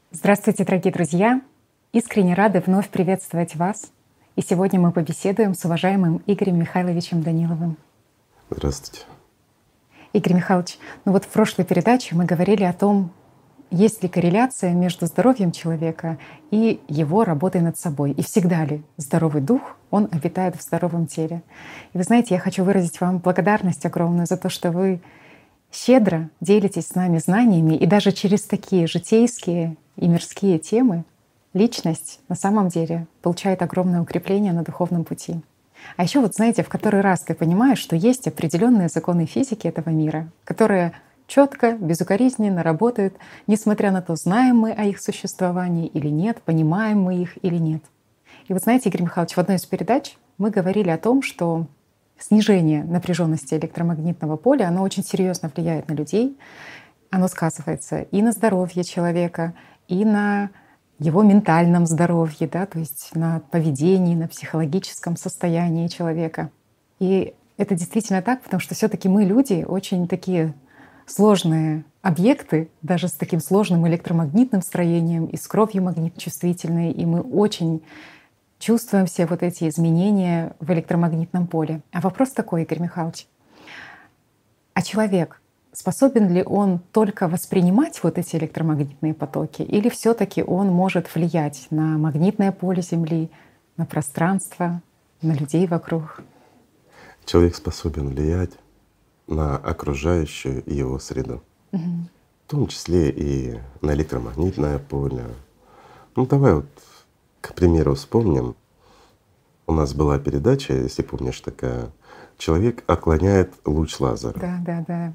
Здравствуйте, дорогие друзья! Искренне рады вновь приветствовать вас. И сегодня мы побеседуем с уважаемым Игорем Михайловичем Даниловым. Здравствуйте. Игорь Михайлович, в прошлой передаче мы говорили о том, есть ли корреляция между здоровьем человека и его работой над собой. И всегда ли здоровый дух, он обитает в здоровом теле. И вы знаете, я хочу выразить вам благодарность огромную за то, что вы щедро делитесь с нами знаниями, и даже через такие житейские и мирские темы личность на самом деле получает огромное укрепление на духовном пути. А еще знаете, в который раз ты понимаешь, что есть определенные законы физики этого мира, которые четко, безукоризненно работают, несмотря на то, знаем мы о их существовании или нет, понимаем мы их или нет. И знаете, Игорь Михайлович, в одной из передач мы говорили о том, что снижение напряженности электромагнитного поля, оно очень серьезно влияет на людей. Оно сказывается и на здоровье человека, и на его ментальном здоровье, то есть на поведении, на психологическом состоянии человека. И это действительно так, потому что все-таки мы, люди, очень такие сложные объекты, даже с таким сложным электромагнитным строением и с кровью магниточувствительной, и мы очень чувствуем все эти изменения в электромагнитном поле. А вопрос такой, Игорь Михайлович. А человек, способен ли он только воспринимать эти электромагнитные потоки, или все-таки он может влиять на магнитное поле Земли, на пространство, на людей вокруг? Человек способен влиять на окружающую его среду, в том числе и на электромагнитное поле. Давай к примеру, вспомним. У нас была передача, если помнишь, такая: человек отклоняет луч лазера. Да.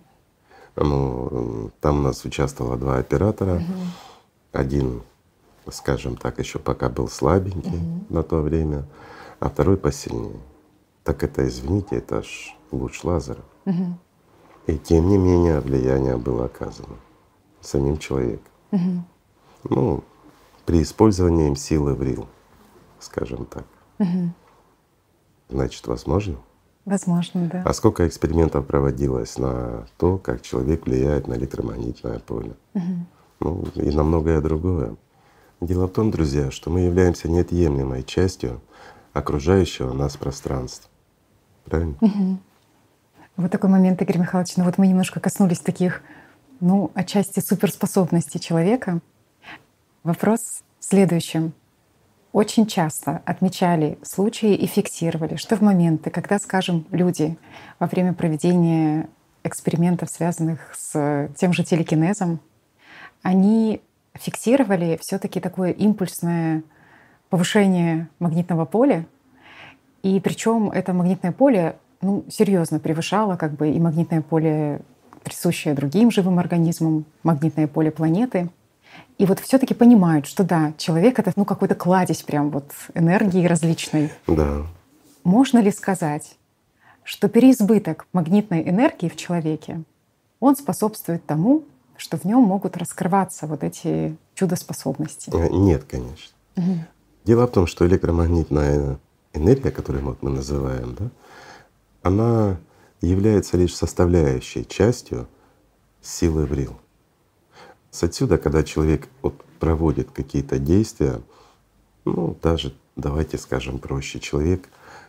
Там у нас участвовало 2 оператора. Один, скажем так, еще пока был слабенький на то время, а второй посильнее. Так это, извините, это ж луч лазера. И тем не менее влияние было оказано самим человеком. При использовании им силы ВРИЛ, скажем так. Значит, возможно? Возможно, да. А сколько экспериментов проводилось на то, как человек влияет на электромагнитное поле? И на многое другое. Дело в том, друзья, что мы являемся неотъемлемой частью окружающего нас пространства. Правильно? Вот такой момент, Игорь Михайлович. Мы немножко коснулись таких, отчасти суперспособностей человека. Вопрос в следующем. Очень часто отмечали случаи и фиксировали, что в моменты, когда, скажем, люди во время проведения экспериментов, связанных с тем же телекинезом, они фиксировали все-таки такое импульсное повышение магнитного поля. И причем это магнитное поле серьезно превышало и магнитное поле, присущее другим живым организмам, магнитное поле планеты. И все-таки понимают, что да, человек — это какой-то кладезь прям энергии различной. Да. Можно ли сказать, что переизбыток магнитной энергии в человеке, он способствует тому, что в нем могут раскрываться эти чудо-способности? Нет, конечно. Дело в том, что электромагнитная энергия, которую мы называем, она является лишь составляющей частью силы ВРИЛ. Отсюда, когда человек проводит какие-то действия, даже давайте скажем проще, человек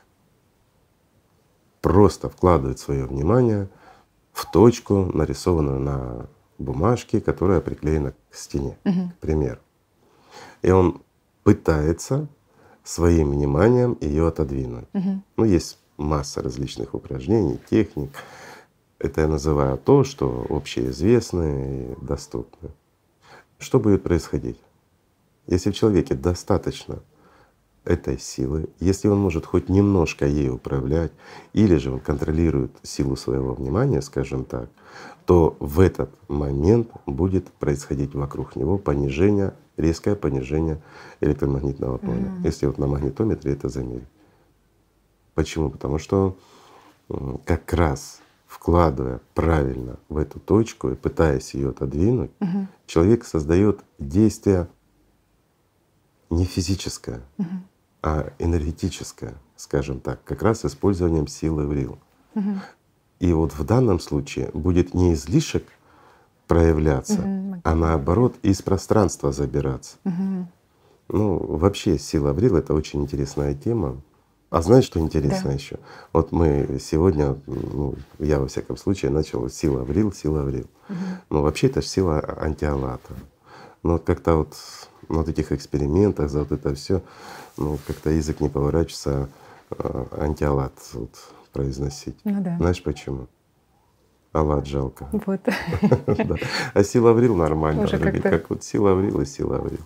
просто вкладывает свое внимание в точку, нарисованную на бумажке, которая приклеена к стене, к примеру. И он пытается своим вниманием ее отодвинуть. Есть масса различных упражнений, техник. Это я называю то, что общеизвестно и доступно. Что будет происходить? Если в человеке достаточно этой силы, если он может хоть немножко ей управлять, или же он контролирует силу своего внимания, скажем так, то в этот момент будет происходить вокруг него резкое понижение электромагнитного поля. Если на магнитометре это замерить. Почему? Потому что как раз вкладывая правильно в эту точку и пытаясь ее отодвинуть, человек создает действие не физическое, а энергетическое, скажем так, как раз с использованием силы ВРИЛ. И в данном случае будет не излишек проявляться, Мгм. а наоборот из пространства забираться. Мгм. Ну, вообще сила Аврил — это очень интересная тема. А знаешь, что интересно Да. еще? Вот мы сегодня, ну, я во всяком случае начал с сила Аврил, сила Аврил. Мгм. Но вообще это ж сила антиалата. Но вот как-то вот на вот этих экспериментах, за вот это все, ну как-то язык не поворачивается антиалат вот произносить. Ну да. Знаешь почему? Аллат жалко. Вот. Да. А сила Аврил нормально, Уже вроде как-то. как вот сила Аврил и сила Аврил.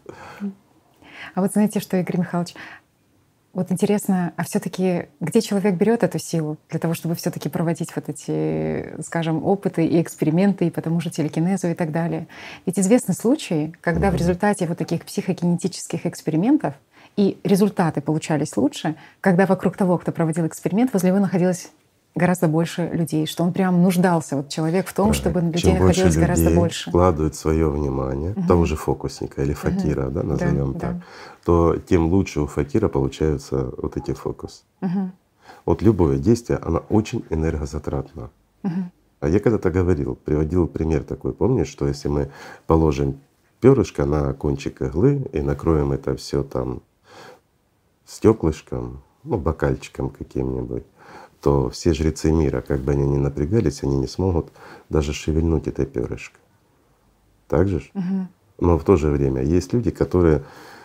А вот знаете что, Игорь Михайлович, вот интересно, а все таки где человек берет эту силу для того, чтобы все таки проводить вот эти, скажем, опыты и эксперименты и по тому же телекинезу и так далее? Ведь известны случаи, когда в Мгм. результате вот таких психокинетических экспериментов и результаты получались лучше, когда вокруг того, кто проводил эксперимент, возле него находилось гораздо больше людей, что он прям нуждался, вот человек, в том, чтобы Правильно. людей Чем больше находилось гораздо людей больше. вкладывают свое внимание, того Мгм. же фокусника или Мгм. факира, да, Да, назовем так, да. то тем лучше у факира получаются вот эти фокусы. Мгм. Вот любое действие, оно очень энергозатратно. Мгм. А я когда-то говорил, приводил пример такой, помнишь, что если мы положим перышко на кончик иглы и накроем это все там стеклышком, ну, бокальчиком каким-нибудь, то все жрецы мира, как бы они ни напрягались, они не смогут даже шевельнуть это перышко. Так же ж? Мгм. Но в то же время есть люди, которые,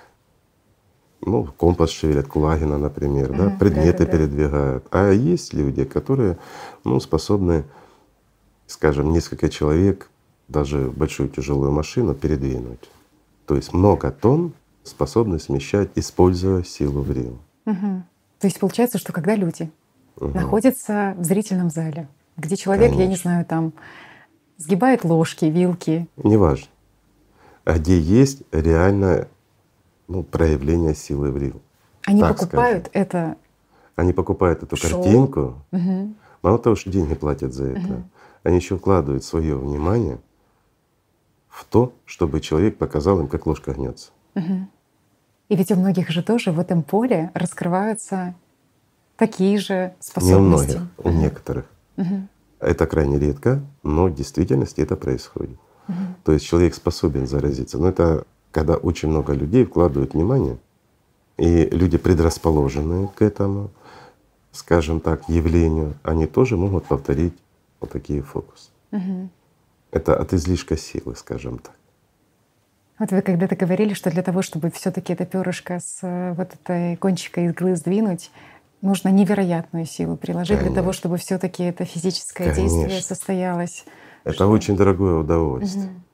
ну, компас шевелят, Кулагина, например, да, Мгм. предметы Да-да-да. передвигают. А есть люди, которые, ну, способны, скажем, несколько человек, даже большую тяжелую машину передвинуть. То есть много тонн способны смещать, используя силу Врил. Мгм. То есть получается, что когда люди Мгм. находятся в зрительном зале, где человек, я не Конечно. знаю, там сгибает ложки, вилки, Неважно. А где есть реальное, ну, проявление силы Врил. они Так скажем. покупают это Они покупают эту шоу. картинку, Мгм. мало того, что деньги платят за это, Мгм. они еще вкладывают свое внимание в то, чтобы человек показал им, как ложка гнется. Мгм. И ведь у многих же тоже в этом поле раскрываются такие же Не у способности. многих, у Мгм. некоторых. Мгм. Это крайне редко, но в действительности это происходит. Мгм. То есть человек способен заразиться. Но это когда очень много людей вкладывают внимание, и люди, предрасположенные к этому, скажем так, явлению, они тоже могут повторить вот такие фокусы. Мгм. Это от излишка силы, скажем так. Вот вы когда-то говорили, что для того, чтобы все таки это перышко с вот этой кончика иглы сдвинуть, нужно невероятную силу приложить для того, Конечно, чтобы все таки это физическое действие конечно. состоялось. Это Что очень дорогое удовольствие. Мгм.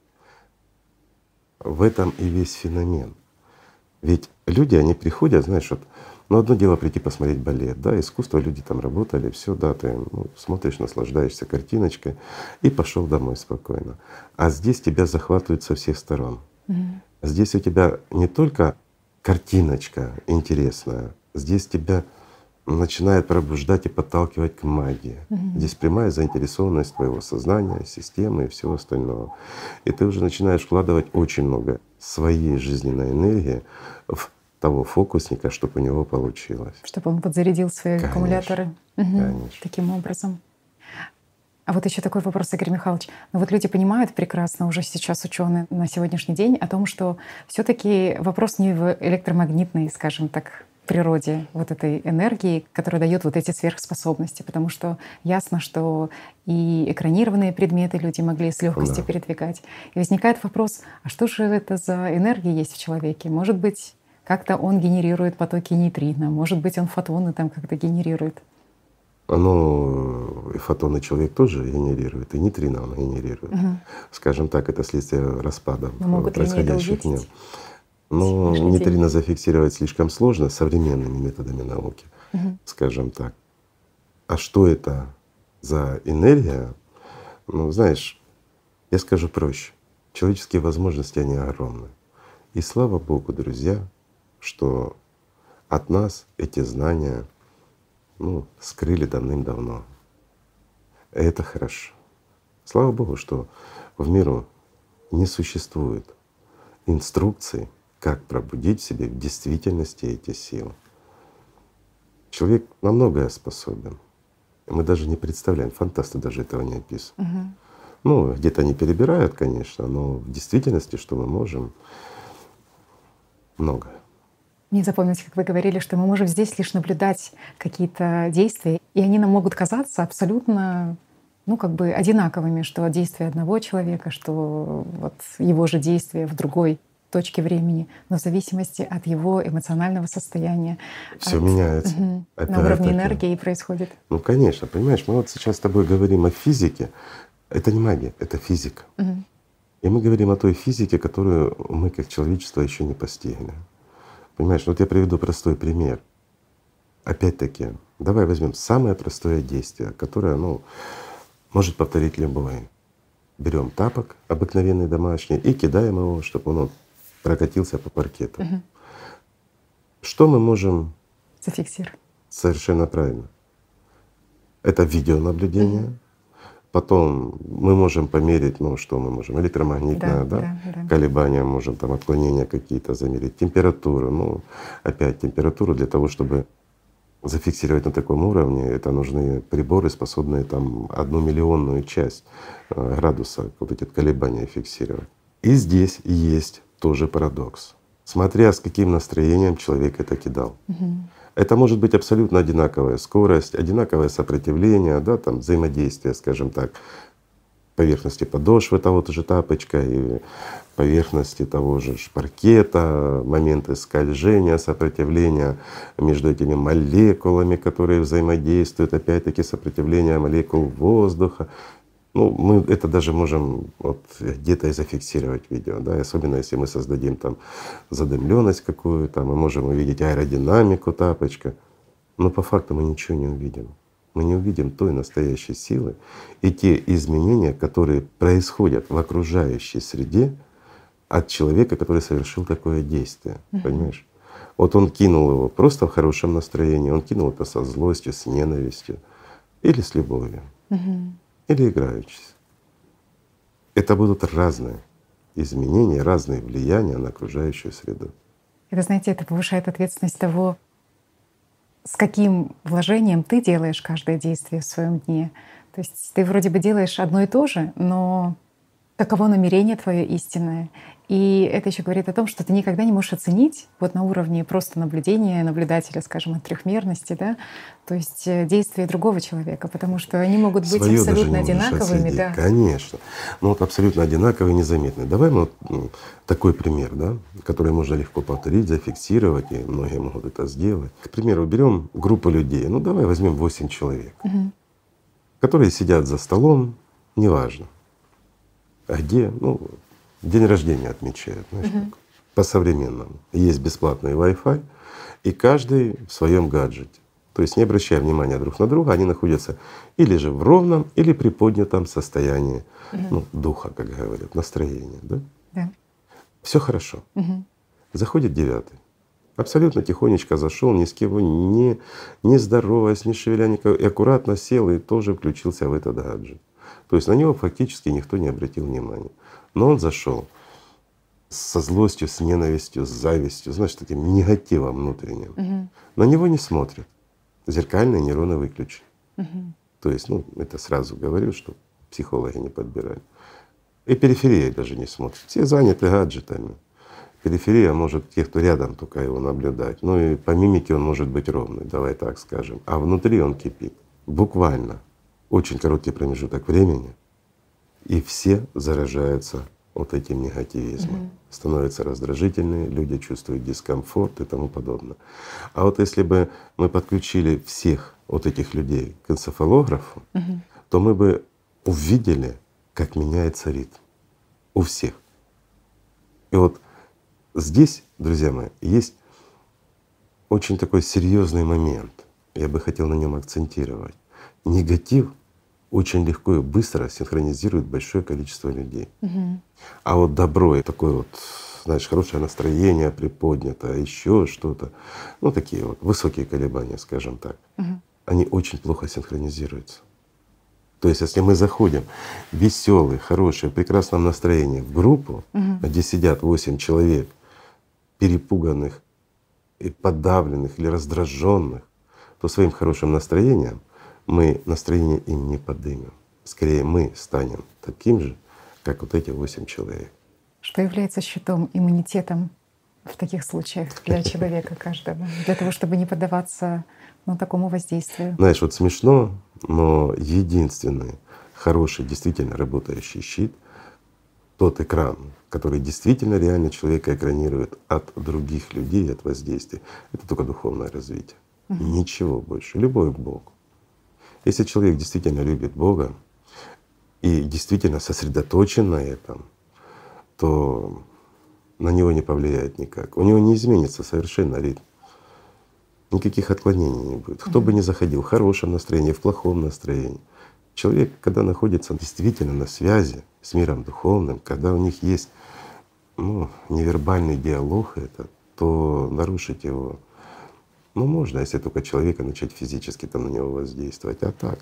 В этом и весь феномен. Ведь люди, они приходят, знаешь, вот, ну одно дело прийти посмотреть балет, да, искусство, люди там работали, все, да, ты ну, смотришь, наслаждаешься картиночкой и пошел домой спокойно. А здесь тебя захватывают со всех сторон. Мгм. Здесь у тебя не только картиночка интересная, здесь тебя начинает пробуждать и подталкивать к магии. Мгм. Здесь прямая заинтересованность твоего сознания, системы и всего остального. И ты уже начинаешь вкладывать очень много своей жизненной энергии в того фокусника, чтобы у него получилось. Чтобы он подзарядил свои Конечно, аккумуляторы. Мгм. конечно. Таким образом. А вот еще такой вопрос, Игорь Михайлович. Ну вот люди понимают прекрасно уже сейчас, ученые на сегодняшний день, о том, что все-таки вопрос не в электромагнитной, скажем так, природе вот этой энергии, которая дает вот эти сверхспособности, потому что ясно, что и экранированные предметы люди могли с легкостью Да. передвигать. И возникает вопрос, а что же это за энергия есть в человеке? Может быть, как-то он генерирует потоки нейтрино, может быть, он фотоны там как-то генерирует. Ну, и фотоны человек тоже генерирует, и нейтрино он генерирует. Мгм. Скажем так, это следствие распадов, Но могут ли они это происходящих в нем. увидеть на Но сегодняшний день? нейтрино зафиксировать слишком сложно современными методами науки, Мгм. скажем так. А что это за энергия? Ну, знаешь, я скажу проще. Человеческие возможности, они огромны. И слава Богу, друзья, что от нас эти знания, ну, скрыли давным-давно. И это хорошо. Слава Богу, что в миру не существует инструкций, как пробудить в себе в действительности эти силы. Человек на многое способен. Мы даже не представляем, фантасты даже этого не описывают. Мгм. Ну, где-то они перебирают, конечно, но в действительности, что мы можем, многое. Мне запомнилось, как вы говорили, что мы можем здесь лишь наблюдать какие-то действия, и они нам могут казаться абсолютно, ну, как бы одинаковыми, что действия одного человека, что вот его же действия в другой точке времени, но в зависимости от его эмоционального состояния, Все меняется. на уровне энергии происходит. Ну, конечно, понимаешь, мы вот сейчас с тобой говорим о физике. Это не магия, это физика. И мы говорим о той физике, которую мы как человечество еще не постигли. Понимаешь, вот я приведу простой пример. Опять-таки, давай возьмем самое простое действие, которое, ну, может повторить любой. Берем тапок обыкновенный домашний и кидаем его, чтобы он прокатился по паркету. Что мы можем Зафиксировать. совершенно правильно? Это видеонаблюдение. Потом мы можем померить, ну что мы можем, электромагнитное колебание, можем там отклонения какие-то замерить, температуру. Ну опять температуру для того, чтобы зафиксировать на таком уровне, это нужны приборы, способные там 1/10000000 часть градуса вот эти колебания фиксировать. И здесь есть тоже парадокс. Смотря с каким настроением человек это кидал. Это может быть абсолютно одинаковая скорость, одинаковое сопротивление, да, там взаимодействие, скажем так, поверхности подошвы того же тапочка и поверхности того же паркета, моменты скольжения, сопротивления между этими молекулами, которые взаимодействуют, опять-таки сопротивление молекул воздуха. Ну, мы это даже можем вот где-то и зафиксировать видео, да, особенно если мы создадим там задымленность какую-то, мы можем увидеть аэродинамику тапочка, но по факту мы ничего не увидим. Мы не увидим той настоящей силы и те изменения, которые происходят в окружающей среде от человека, который совершил такое действие, понимаешь? Вот он кинул его просто в хорошем настроении, он кинул это со злостью, с ненавистью или с любовью. Или играючись. Это будут разные изменения, разные влияния на окружающую среду. Это, знаете, это повышает ответственность того, с каким вложением ты делаешь каждое действие в своем дне. То есть ты вроде бы делаешь одно и то же, но каково намерение твое истинное. И это еще говорит о том, что ты никогда не можешь оценить вот на уровне просто наблюдения наблюдателя, скажем, от трехмерности, да, то есть действия другого человека, потому что они могут быть Своё абсолютно даже не можешь одинаковыми, отследить. да. Конечно. Но вот абсолютно одинаковые, незаметные. Давай мы вот такой пример, да, который можно легко повторить, зафиксировать, и многие могут это сделать. К примеру, берем группу людей, ну давай возьмем 8 человек, которые сидят за столом, неважно, а где, ну, день рождения отмечают, знаешь, как по-современному. Есть бесплатный Wi-Fi, и каждый в своем гаджете. То есть не обращая внимания друг на друга, они находятся или же в ровном, или приподнятом состоянии ну, духа, как говорят, настроения. Да? Да. Все хорошо. Заходит 9-й. Абсолютно тихонечко зашел, ни с кем не здороваясь, не шевеля никого, и аккуратно сел и тоже включился в этот гаджет. То есть на него фактически никто не обратил внимания. Но он зашел со злостью, с ненавистью, с завистью, знаешь, таким негативом внутренним. На него не смотрят. Зеркальные нейроны выключены. То есть, ну, это сразу говорю, что психологи не подбирали. И периферия даже не смотрит. Все заняты гаджетами. Периферия может тех, кто рядом, только его наблюдать. Ну и по мимике он может быть ровный, давай так скажем. А внутри он кипит. Буквально очень короткий промежуток времени, и все заражаются вот этим негативизмом. Становятся раздражительные, люди чувствуют дискомфорт и тому подобное. А вот если бы мы подключили всех вот этих людей к энцефалографу, то мы бы увидели, как меняется ритм у всех. И вот здесь, друзья мои, есть очень такой серьезный момент. Я бы хотел на нем акцентировать. Негатив очень легко и быстро синхронизирует большое количество людей. А вот добро и такое вот, знаешь, хорошее настроение, приподнятое, еще что-то, ну такие вот высокие колебания, скажем так, они очень плохо синхронизируются. То есть если мы заходим веселый, хороший, в прекрасном настроении в группу, где сидят 8 человек, перепуганных и подавленных или раздраженных, то своим хорошим настроением мы настроение им не поднимем. скорее мы станем таким же, как вот эти 8 человек. Что является щитом, иммунитетом в таких случаях для человека каждого, для того, чтобы не поддаваться такому воздействию? Знаешь, вот смешно, но единственный хороший, действительно работающий щит — тот экран, который действительно реально человека экранирует от других людей, от воздействия. Это только духовное развитие. Ничего больше. Любовь к Богу. Если человек действительно любит Бога и действительно сосредоточен на этом, то на него не повлияет никак. У него не изменится совершенно ритм. Никаких отклонений не будет. Кто бы ни заходил, в хорошем настроении, в плохом настроении. Человек, когда находится действительно на связи с миром духовным, когда у них есть невербальный диалог, то нарушить его можно, если только человека начать физически на него воздействовать, а так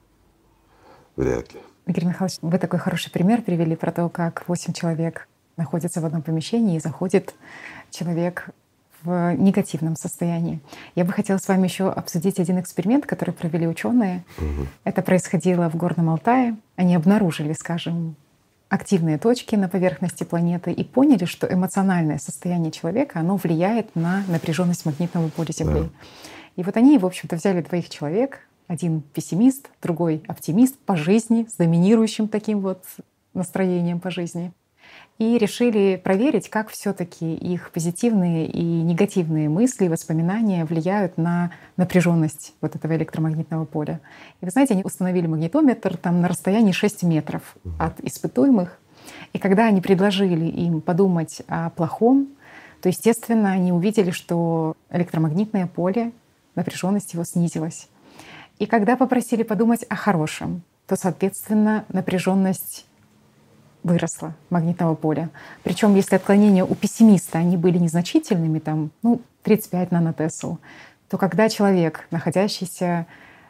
вряд ли. Игорь Михайлович, вы такой хороший пример привели про то, как 8 человек находятся в одном помещении и заходит человек в негативном состоянии. Я бы хотела с вами еще обсудить один эксперимент, который провели ученые. Это происходило в Горном Алтае. Они обнаружили, скажем, активные точки на поверхности планеты и поняли, что эмоциональное состояние человека, оно влияет на напряженность магнитного поля Земли. Да. И вот они, в общем-то, взяли 2 человек, один пессимист, другой оптимист по жизни, с доминирующим таким настроением по жизни. И решили проверить, как все-таки их позитивные и негативные мысли, воспоминания влияют на напряженность этого электромагнитного поля. И вы знаете, они установили магнитометр на расстоянии 6 метров от испытуемых. И когда они предложили им подумать о плохом, то, естественно, они увидели, что электромагнитное поле, напряженность его снизилась. И когда попросили подумать о хорошем, то, соответственно, напряженность выросла магнитного поля. Причем, если отклонения у пессимиста они были незначительными, 35 нанотесл, то когда человек, находящийся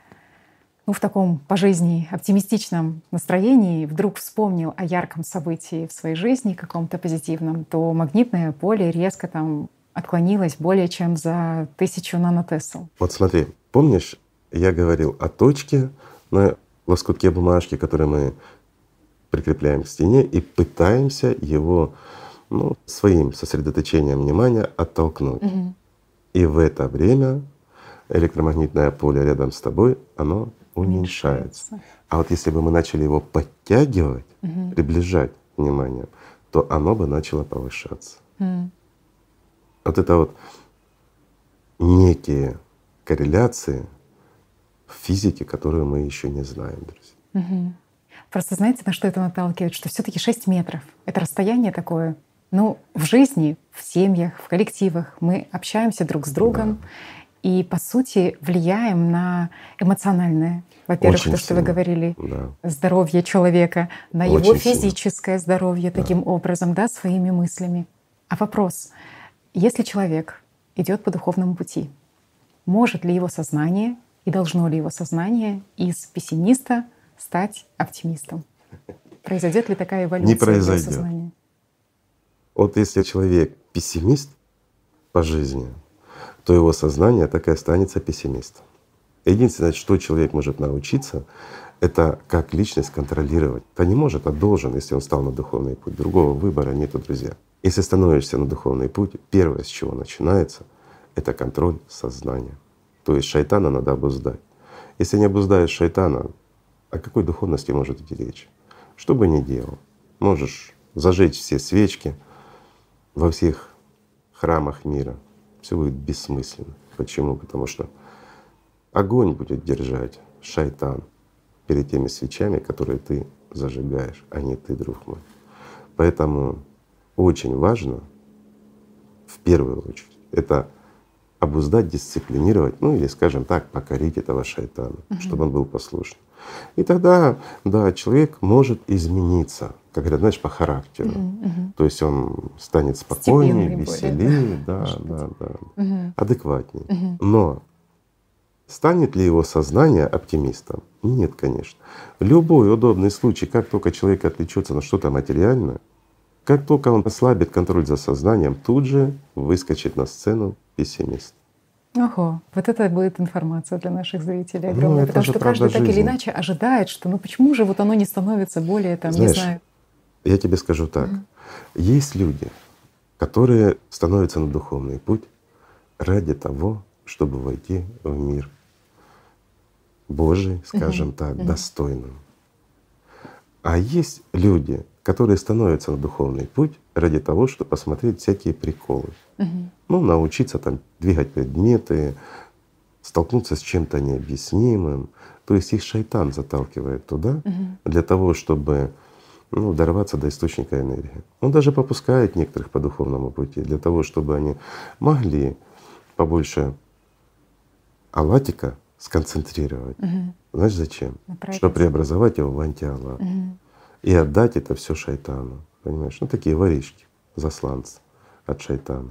в таком по жизни оптимистичном настроении, вдруг вспомнил о ярком событии в своей жизни, каком-то позитивном, то магнитное поле резко отклонилось более чем за 1000 нанотесл. Вот смотри, помнишь, я говорил о точке на лоскутке бумажки, который мы прикрепляем к стене и пытаемся его своим сосредоточением внимания оттолкнуть. И в это время электромагнитное поле рядом с тобой, оно уменьшается. А вот если бы мы начали его подтягивать, приближать внимание, то оно бы начало повышаться. Вот это некие корреляции в физике, которые мы еще не знаем, друзья. Просто знаете, на что это наталкивает? Что все-таки 6 метров — это расстояние такое. В жизни, в семьях, в коллективах мы общаемся друг с другом и, по сути, влияем на эмоциональное, во-первых, очень то, что вы говорили, да. здоровье человека, на очень его физическое здоровье таким образом, своими мыслями. А вопрос: если человек идет по духовному пути, может ли его сознание и должно ли его сознание из пессимиста стать оптимистом? Произойдет ли такая эволюция? Не произойдет. Сознания? Вот если человек пессимист по жизни, то его сознание так и останется пессимистом. Единственное, что человек может научиться, это как личность контролировать. Да не может, а должен, если он стал на духовный путь. Другого выбора нету, друзья. Если становишься на духовный путь, первое, с чего начинается, это контроль сознания. То есть шайтана надо обуздать. Если не обуздаешь шайтана, о какой духовности может идти речь? Что бы ни делал, можешь зажечь все свечки во всех храмах мира, все будет бессмысленно. Почему? Потому что огонь будет держать шайтан перед теми свечами, которые ты зажигаешь, а не ты, друг мой. Поэтому очень важно в первую очередь это обуздать, дисциплинировать, или, скажем так, покорить этого шайтана, чтобы он был послушным. И тогда, да, человек может измениться, как говорят, по характеру. То есть он станет спокойнее, веселее, адекватнее. Но станет ли его сознание оптимистом? Нет, конечно. Любой удобный случай, как только человек отвлечется на что-то материальное, как только он ослабит контроль за сознанием, тут же выскочит на сцену пессимист. Ого, вот это будет информация для наших зрителей Ну, огромная, это потому же что правда каждый так или жизни. иначе ожидает, что ну почему же вот оно не становится более там, не Знаешь, знаю. я тебе скажу так. Есть люди, которые становятся на духовный путь ради того, чтобы войти в мир Божий, скажем так, достойным. А есть люди, которые становятся на духовный путь ради того, чтобы посмотреть всякие приколы. Ну, научиться там двигать предметы, столкнуться с чем-то необъяснимым. То есть их шайтан заталкивает туда для того, чтобы дорваться до источника энергии. Он даже попускает некоторых по духовному пути для того, чтобы они могли побольше аллатика сконцентрировать. Знаешь зачем? Чтобы преобразовать его в антиаллат и отдать это все шайтану. Понимаешь? Ну такие воришки, засланцы от шайтана.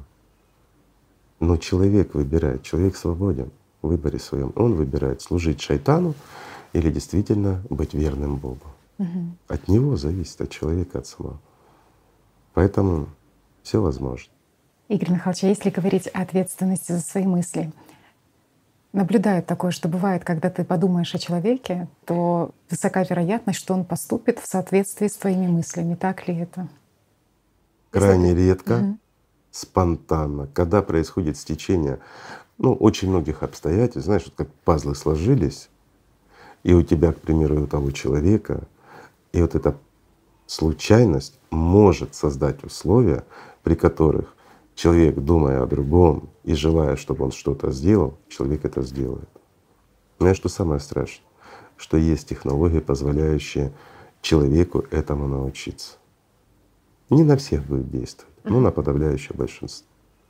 Но человек выбирает, человек свободен в выборе своем. Он выбирает служить шайтану или действительно быть верным Богу. От него зависит, от человека, от самого. Поэтому все возможно. Игорь Михайлович, а если говорить о ответственности за свои мысли, наблюдают такое, что бывает, когда ты подумаешь о человеке, то высока вероятность, что он поступит в соответствии с твоими мыслями. Так ли это? Крайне редко, спонтанно, когда происходит стечение очень многих обстоятельств, знаешь, вот как пазлы сложились, и у тебя, к примеру, и у того человека, и вот эта случайность может создать условия, при которых человек, думая о другом и желая, чтобы он что-то сделал, человек это сделает. Знаешь, что самое страшное? Что есть технологии, позволяющие человеку этому научиться. Не на всех будет действовать, но на подавляющее большинство.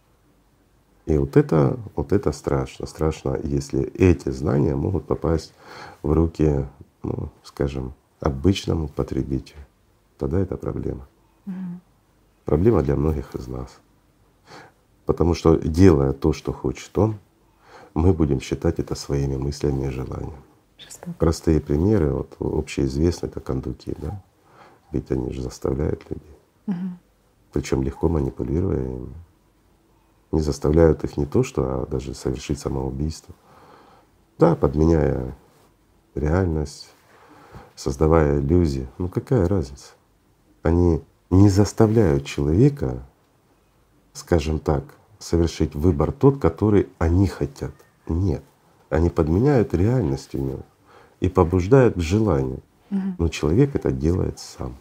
И вот это страшно. Страшно, если эти знания могут попасть в руки, скажем, обычному потребителю. Тогда это проблема. Проблема для многих из нас. Потому что, делая то, что хочет он, мы будем считать это своими мыслями и желаниями. Жестоко. Простые примеры, вот общеизвестные — это кондуки, да? Ведь они же заставляют людей. Причем легко манипулируя ими. Не заставляют их не то что, а даже совершить самоубийство. Да, подменяя реальность, создавая иллюзии. Ну какая разница? Они не заставляют человека, скажем так, совершить выбор тот, который они хотят. Нет. Они подменяют реальность у него и побуждают к желанию. Но человек это делает сам.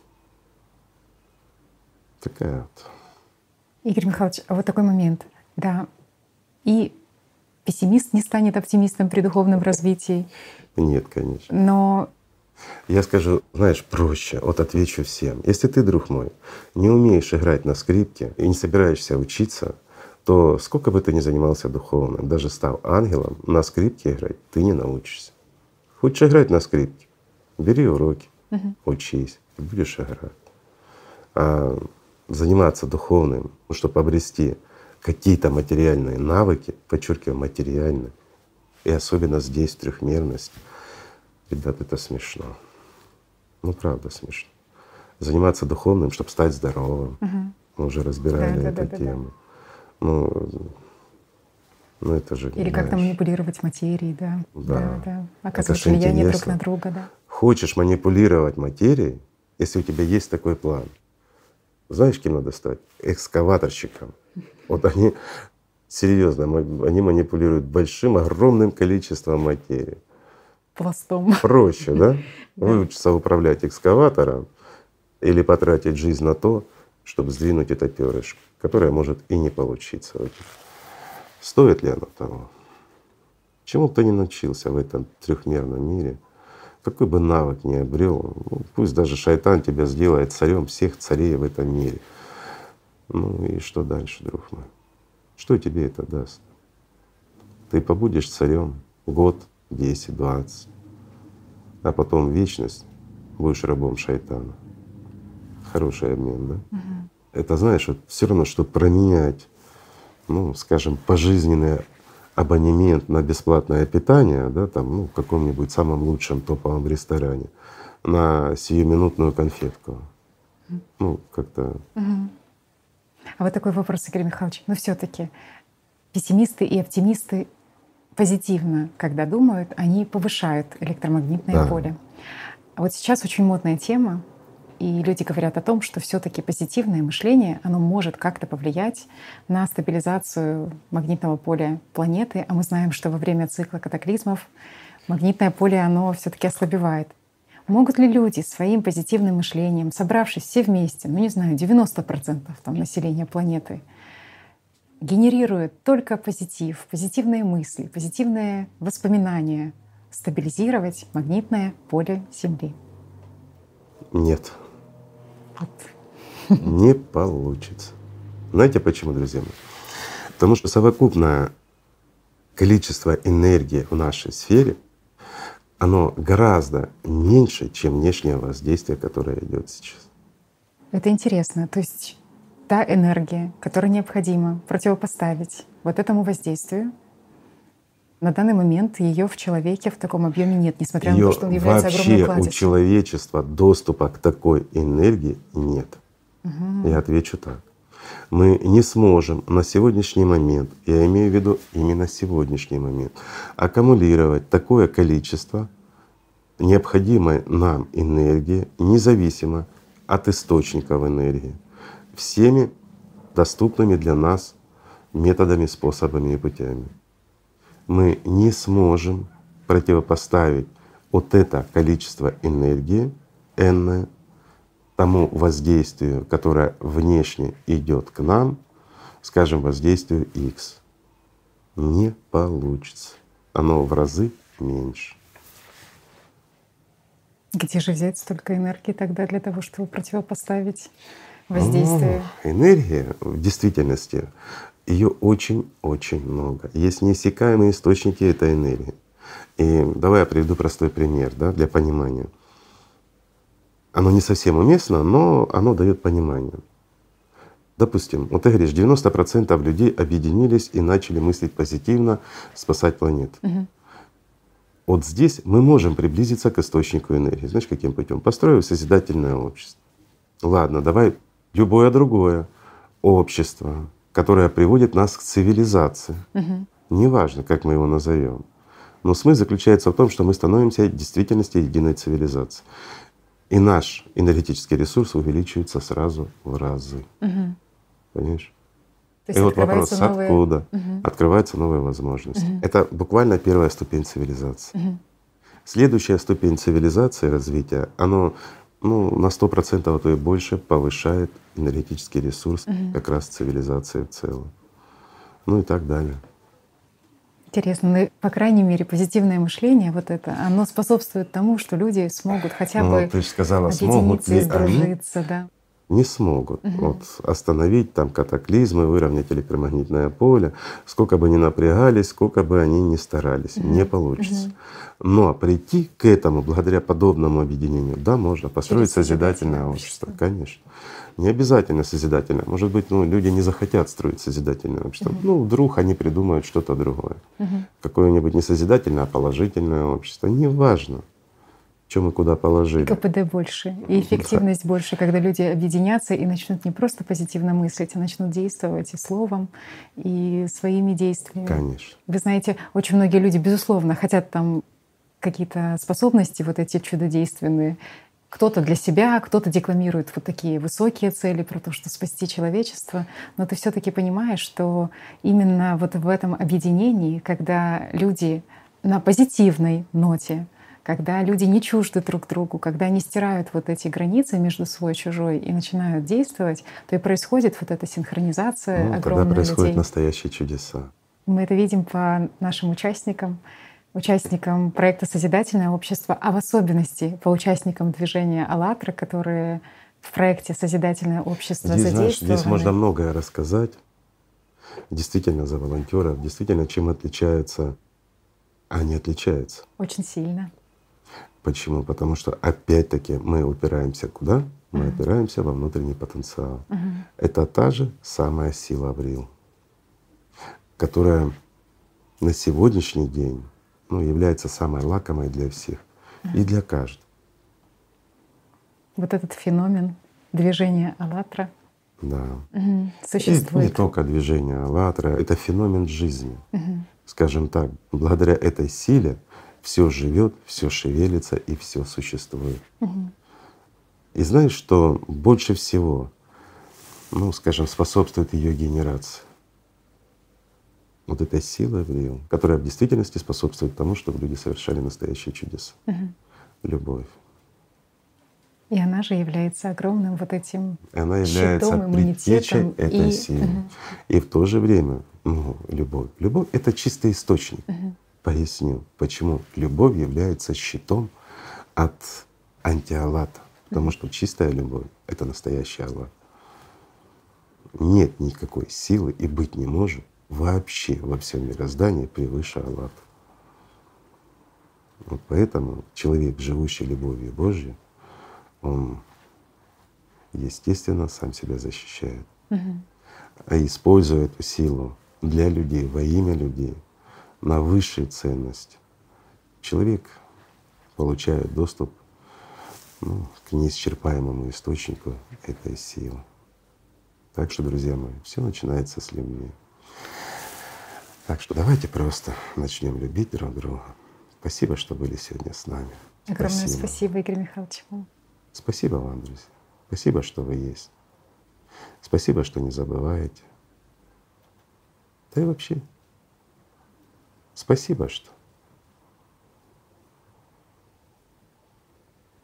Такая вот. Игорь Михайлович, а вот такой момент. Да, и пессимист не станет оптимистом при духовном развитии. Нет, конечно. Но Я скажу, знаешь, проще, вот отвечу всем. Если ты, друг мой, не умеешь играть на скрипке и не собираешься учиться, то сколько бы ты ни занимался духовным, даже став ангелом, на скрипке играть ты не научишься. Хочешь играть на скрипке — бери уроки, учись, и будешь играть. А заниматься духовным, чтобы обрести какие-то материальные навыки, подчеркиваю, материальные, и особенно здесь, в трехмерности, ребят, это смешно. Ну правда смешно. Заниматься духовным, чтобы стать здоровым. Мы уже разбирали эту тему. Ну это же, или как-то манипулировать материей, да. Да. Оказывать влияние друг на друга, да. Хочешь манипулировать материей, если у тебя есть такой план, знаешь, кем надо стать? Экскаваторщиком. Вот они серьезно, они манипулируют большим, огромным количеством материи. Пластом. Проще, да? Выучиться управлять экскаватором или потратить жизнь на то, чтобы сдвинуть это перышко, которое может и не получиться. Стоит ли оно того? Чему бы ты ни научился в этом трехмерном мире, какой бы навык ни обрел, пусть даже шайтан тебя сделает царем всех царей в этом мире. Ну и что дальше, друг мой? Что тебе это даст? Ты побудешь царем год, 10, 20, а потом вечность будешь рабом шайтана. Хороший обмен, да? Это, знаешь, вот все равно, что променять, скажем, пожизненный абонемент на бесплатное питание, да, там, в каком-нибудь самом лучшем топовом ресторане, на сиюминутную конфетку. Как-то. А вот такой вопрос, Игорь Михайлович. Но все-таки пессимисты и оптимисты позитивно, когда думают, они повышают электромагнитное Да. поле. А вот сейчас очень модная тема, и люди говорят о том, что все-таки позитивное мышление, оно может как-то повлиять на стабилизацию магнитного поля планеты. А мы знаем, что во время цикла катаклизмов магнитное поле, оно все-таки ослабевает. Могут ли люди своим позитивным мышлением, собравшись все вместе, ну не знаю, 90% там, населения планеты, генерирует только позитив, позитивные мысли, позитивные воспоминания, стабилизировать магнитное поле Земли? Нет, Вот. не получится. Знаете почему, друзья мои? Потому что совокупное количество энергии в нашей сфере, оно гораздо меньше, чем внешнее воздействие, которое идет сейчас. Это интересно. То есть та энергия, которая необходимо противопоставить вот этому воздействию, на данный момент ее в человеке в таком объеме нет, несмотря на то, что он является огромной Вообще у кладезью. человечества доступа к такой энергии нет. Я отвечу так. Мы не сможем на сегодняшний момент, я имею в виду именно сегодняшний момент, аккумулировать такое количество необходимой нам энергии, независимо от источников энергии, всеми доступными для нас методами, способами и путями. Мы не сможем противопоставить вот это количество энергии n тому воздействию, которое внешне идет к нам, скажем, воздействию X. Не получится. Оно в разы меньше. Где же взять столько энергии тогда для того, чтобы противопоставить воздействию? Энергия в действительности ее очень-очень много. Есть неиссякаемые источники этой энергии. И давай я приведу простой пример, да, для понимания. Оно не совсем уместно, но оно дает понимание. Допустим, вот ты говоришь, 90% людей объединились и начали мыслить позитивно, спасать планету. Вот здесь мы можем приблизиться к источнику энергии. Знаешь, каким путем? Построив созидательное общество. Ладно, давай любое другое общество, которое приводит нас к цивилизации. Неважно, как мы его назовем. Но смысл заключается в том, что мы становимся в действительности единой цивилизацией. И наш энергетический ресурс увеличивается сразу в разы. Понимаешь? То И есть вот вопрос, открываются новые… откуда открываются новые возможности. Это буквально первая ступень цивилизации. Следующая ступень цивилизации развития, оно на 100%, а то и больше повышает энергетический ресурс как раз цивилизации в целом. Ну и так далее. Интересно, но, по крайней мере, позитивное мышление, вот это, оно способствует тому, что люди смогут хотя бы Ты же сказала, смогут объединиться и ли они? сдружиться, да. Не смогут вот остановить там катаклизмы, выровнять электромагнитное поле, сколько бы ни напрягались, сколько бы они ни старались, не получится. Но прийти к этому благодаря подобному объединению, да, можно построить Через созидательное созидательное общество, конечно. Не обязательно созидательное. Может быть, люди не захотят строить созидательное общество. Вдруг они придумают что-то другое. Какое-нибудь не созидательное, а положительное общество. Неважно, что мы куда положили. И КПД больше, и эффективность больше, когда люди объединятся и начнут не просто позитивно мыслить, а начнут действовать и словом, и своими действиями. Конечно. Вы знаете, очень многие люди, безусловно, хотят там какие-то способности вот эти чудодейственные. Кто-то для себя, кто-то декламирует вот такие высокие цели про то, что спасти человечество. Но ты все-таки понимаешь, что именно вот в этом объединении, когда люди на позитивной ноте, когда люди не чужды друг другу, когда они стирают вот эти границы между свой и чужой и начинают действовать, то и происходит вот эта синхронизация огромная Тогда происходят людей. настоящие чудеса. Мы это видим по нашим участникам проекта «Созидательное общество», а в особенности по участникам движения «АЛЛАТРА», которые в проекте «Созидательное общество» Здесь, знаешь, задействованы. здесь можно многое рассказать. Действительно за волонтеров, действительно чем отличаются. Они отличаются. Очень сильно. Почему? Потому что опять-таки мы упираемся куда? Мы опираемся во внутренний потенциал. Это та же самая сила Аврил, которая на сегодняшний день является самой лакомой для всех и для каждого. Вот этот феномен движения «АЛЛАТРА» Да. И существует. не только движение «АЛЛАТРА», это феномен жизни. скажем так, благодаря этой силе все живет, все шевелится и все существует. И знаешь, что больше всего, ну, скажем, способствует ее генерации? Вот эта сила Эврил, которая в действительности способствует тому, чтобы люди совершали настоящие чудеса. Любовь. И она же является огромным вот этим Она является щитом, предтечей иммунитетом. этой силы. И в то же время, ну, любовь. Любовь — это чистый источник. Поясню, почему любовь является щитом от антиаллата. Потому что чистая любовь — это настоящий Аллах. Нет никакой силы и быть не может вообще во всем мироздании превыше Аллаха. Вот поэтому человек, живущий любовью Божьей, он, естественно, сам себя защищает. А используя эту силу для людей, во имя людей, на высшие ценности, человек получает доступ, ну, к неисчерпаемому источнику этой силы. Так что, друзья мои, все начинается с любви. Так что давайте просто начнем любить друг друга. Спасибо, что были сегодня с нами. Огромное спасибо, Игорь Михайлович, вам. Спасибо вам, друзья. Спасибо, что вы есть. Спасибо, что не забываете. Да и вообще, спасибо, что